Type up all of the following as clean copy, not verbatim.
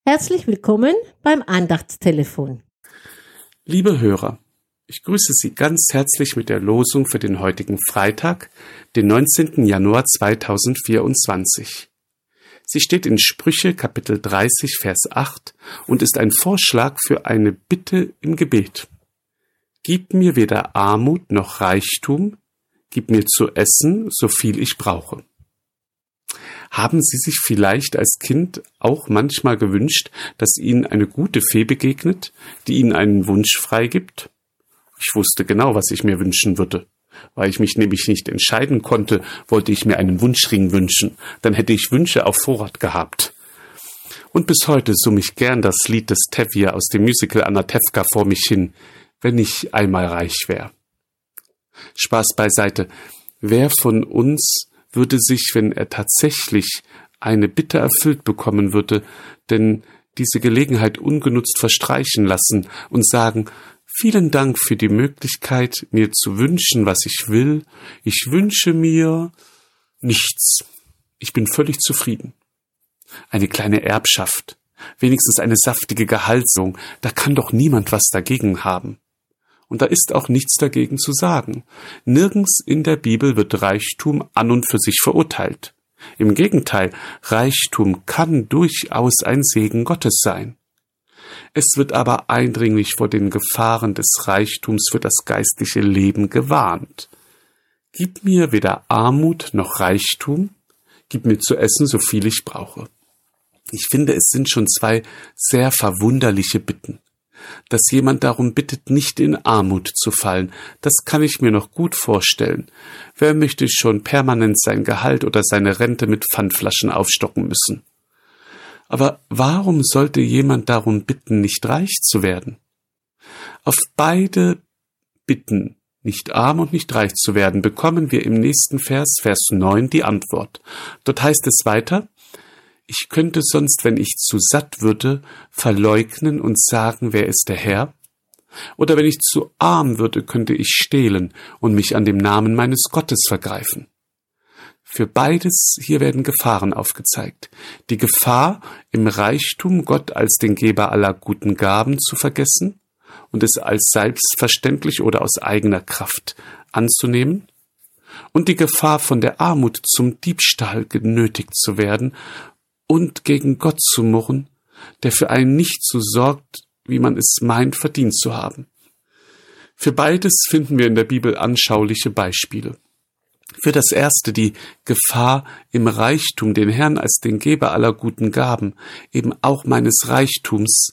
Herzlich willkommen beim Andachtstelefon. Liebe Hörer, ich grüße Sie ganz herzlich mit der Losung für den heutigen Freitag, den 19. Januar 2024. Sie steht in Sprüche Kapitel 30, Vers 8 und ist ein Vorschlag für eine Bitte im Gebet. Gib mir weder Armut noch Reichtum, gib mir zu essen, so viel ich brauche. Haben Sie sich vielleicht als Kind auch manchmal gewünscht, dass Ihnen eine gute Fee begegnet, die Ihnen einen Wunsch freigibt? Ich wusste genau, was ich mir wünschen würde. Weil ich mich nämlich nicht entscheiden konnte, wollte ich mir einen Wunschring wünschen. Dann hätte ich Wünsche auf Vorrat gehabt. Und bis heute summe ich gern das Lied des Tevye aus dem Musical Anatevka vor mich hin, wenn ich einmal reich wäre. Spaß beiseite. Wer von uns würde sich, wenn er tatsächlich eine Bitte erfüllt bekommen würde, denn diese Gelegenheit ungenutzt verstreichen lassen und sagen, vielen Dank für die Möglichkeit, mir zu wünschen, was ich will. Ich wünsche mir nichts. Ich bin völlig zufrieden. Eine kleine Erbschaft, wenigstens eine saftige Gehaltserhöhung, da kann doch niemand was dagegen haben. Und da ist auch nichts dagegen zu sagen. Nirgends in der Bibel wird Reichtum an und für sich verurteilt. Im Gegenteil, Reichtum kann durchaus ein Segen Gottes sein. Es wird aber eindringlich vor den Gefahren des Reichtums für das geistliche Leben gewarnt. Gib mir weder Armut noch Reichtum, gib mir zu essen, so viel ich brauche. Ich finde, es sind schon zwei sehr verwunderliche Bitten. Dass jemand darum bittet, nicht in Armut zu fallen, das kann ich mir noch gut vorstellen. Wer möchte schon permanent sein Gehalt oder seine Rente mit Pfandflaschen aufstocken müssen? Aber warum sollte jemand darum bitten, nicht reich zu werden? Auf beide Bitten, nicht arm und nicht reich zu werden, bekommen wir im nächsten Vers, Vers 9, die Antwort. Dort heißt es weiter, ich könnte sonst, wenn ich zu satt würde, verleugnen und sagen, wer ist der Herr? Oder wenn ich zu arm würde, könnte ich stehlen und mich an dem Namen meines Gottes vergreifen. Für beides hier werden Gefahren aufgezeigt. Die Gefahr, im Reichtum Gott als den Geber aller guten Gaben zu vergessen und es als selbstverständlich oder aus eigener Kraft anzunehmen. Und die Gefahr, von der Armut zum Diebstahl genötigt zu werden und gegen Gott zu murren, der für einen nicht so sorgt, wie man es meint, verdient zu haben. Für beides finden wir in der Bibel anschauliche Beispiele. Für das erste die Gefahr, im Reichtum den Herrn als den Geber aller guten Gaben, eben auch meines Reichtums,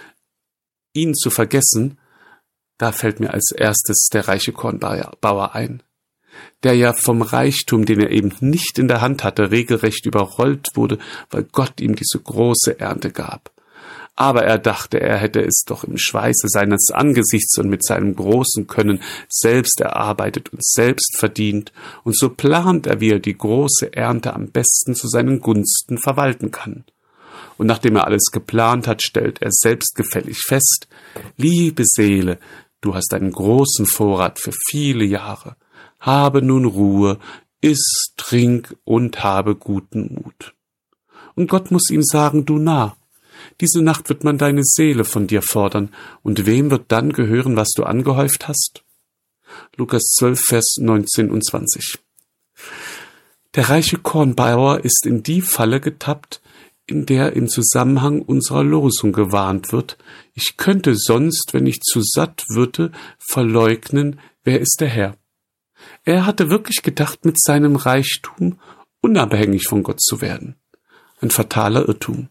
ihn zu vergessen, da fällt mir als erstes der reiche Kornbauer ein, der ja vom Reichtum, den er eben nicht in der Hand hatte, regelrecht überrollt wurde, weil Gott ihm diese große Ernte gab. Aber er dachte, er hätte es doch im Schweiße seines Angesichts und mit seinem großen Können selbst erarbeitet und selbst verdient, und so plant er, wie er die große Ernte am besten zu seinen Gunsten verwalten kann. Und nachdem er alles geplant hat, stellt er selbstgefällig fest, liebe Seele, du hast einen großen Vorrat für viele Jahre. Habe nun Ruhe, iss, trink und habe guten Mut. Und Gott muss ihm sagen, du Narr, diese Nacht wird man deine Seele von dir fordern, und wem wird dann gehören, was du angehäuft hast? Lukas 12, Vers 19 und 20. Der reiche Kornbauer ist in die Falle getappt, in der im Zusammenhang unserer Losung gewarnt wird, ich könnte sonst, wenn ich zu satt würde, verleugnen, wer ist der Herr? Er hatte wirklich gedacht, mit seinem Reichtum unabhängig von Gott zu werden. Ein fataler Irrtum.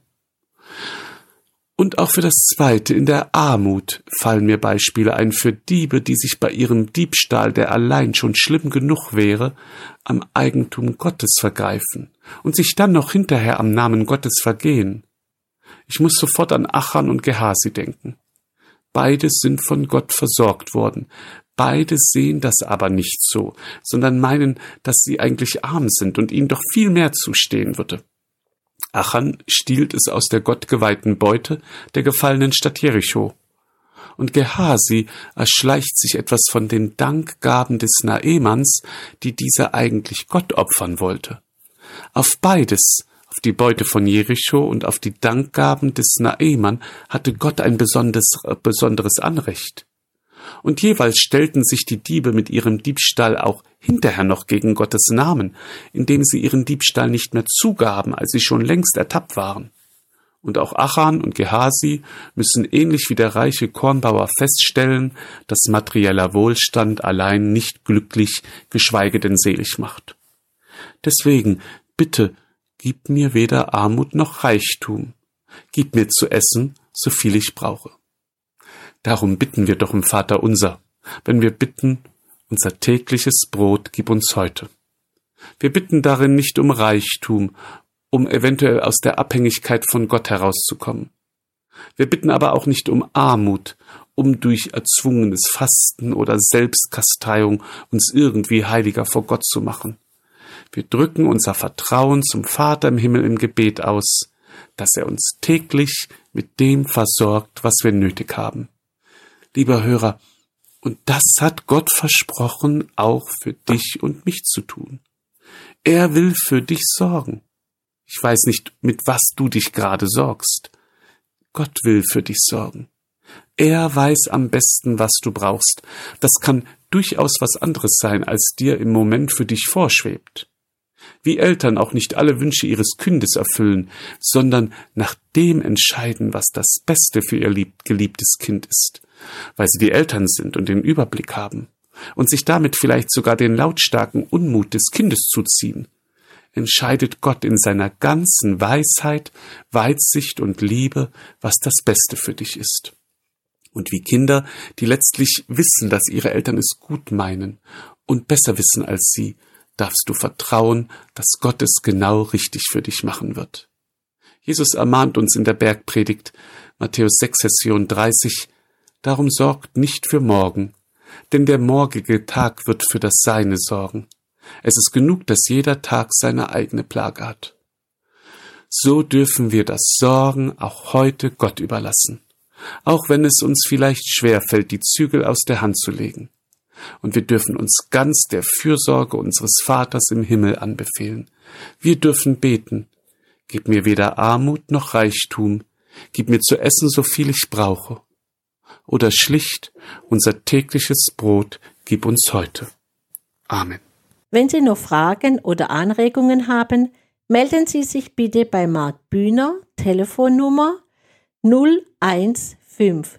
Und auch für das Zweite, in der Armut, fallen mir Beispiele ein für Diebe, die sich bei ihrem Diebstahl, der allein schon schlimm genug wäre, am Eigentum Gottes vergreifen und sich dann noch hinterher am Namen Gottes vergehen. Ich muss sofort an Achan und Gehasi denken. Beide sind von Gott versorgt worden. Beide sehen das aber nicht so, sondern meinen, dass sie eigentlich arm sind und ihnen doch viel mehr zustehen würde. Achan stiehlt es aus der gottgeweihten Beute der gefallenen Stadt Jericho. Und Gehasi erschleicht sich etwas von den Dankgaben des Naemans, die dieser eigentlich Gott opfern wollte. Auf beides, Auf die Beute von Jericho und auf die Dankgaben des Naeman hatte Gott ein besonderes Anrecht. Und jeweils stellten sich die Diebe mit ihrem Diebstahl auch hinterher noch gegen Gottes Namen, indem sie ihren Diebstahl nicht mehr zugaben, als sie schon längst ertappt waren. Und auch Achan und Gehasi müssen ähnlich wie der reiche Kornbauer feststellen, dass materieller Wohlstand allein nicht glücklich, geschweige denn selig macht. Deswegen, bitte, gib mir weder Armut noch Reichtum. Gib mir zu essen, so viel ich brauche. Darum bitten wir doch im Vaterunser, wenn wir bitten, unser tägliches Brot gib uns heute. Wir bitten darin nicht um Reichtum, um eventuell aus der Abhängigkeit von Gott herauszukommen. Wir bitten aber auch nicht um Armut, um durch erzwungenes Fasten oder Selbstkasteiung uns irgendwie heiliger vor Gott zu machen. Wir drücken unser Vertrauen zum Vater im Himmel im Gebet aus, dass er uns täglich mit dem versorgt, was wir nötig haben. Lieber Hörer, und das hat Gott versprochen, auch für dich und mich zu tun. Er will für dich sorgen. Ich weiß nicht, mit was du dich gerade sorgst. Gott will für dich sorgen. Er weiß am besten, was du brauchst. Das kann durchaus was anderes sein, als dir im Moment für dich vorschwebt. Wie Eltern auch nicht alle Wünsche ihres Kindes erfüllen, sondern nach dem entscheiden, was das Beste für ihr geliebtes Kind ist, weil sie die Eltern sind und den Überblick haben und sich damit vielleicht sogar den lautstarken Unmut des Kindes zuziehen, entscheidet Gott in seiner ganzen Weisheit, Weitsicht und Liebe, was das Beste für dich ist. Und wie Kinder, die letztlich wissen, dass ihre Eltern es gut meinen und besser wissen als sie, darfst du vertrauen, dass Gott es genau richtig für dich machen wird. Jesus ermahnt uns in der Bergpredigt, Matthäus 6, Vers 34, darum sorgt nicht für morgen, denn der morgige Tag wird für das Seine sorgen. Es ist genug, dass jeder Tag seine eigene Plage hat. So dürfen wir das Sorgen auch heute Gott überlassen, auch wenn es uns vielleicht schwerfällt, die Zügel aus der Hand zu legen. Und wir dürfen uns ganz der Fürsorge unseres Vaters im Himmel anbefehlen. Wir dürfen beten, gib mir weder Armut noch Reichtum, gib mir zu essen, so viel ich brauche. Oder schlicht, unser tägliches Brot gib uns heute. Amen. Wenn Sie noch Fragen oder Anregungen haben, melden Sie sich bitte bei Marc Bühner, Telefonnummer 0157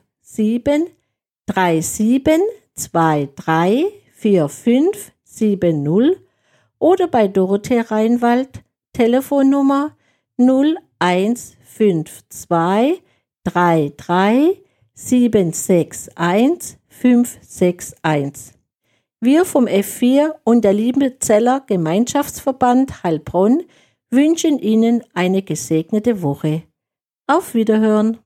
37 23 4570 oder bei Dorothee Reinwald, Telefonnummer 0152 33 761 561. Wir vom F4 und der Liebenzeller Gemeinschaftsverband Heilbronn wünschen Ihnen eine gesegnete Woche. Auf Wiederhören!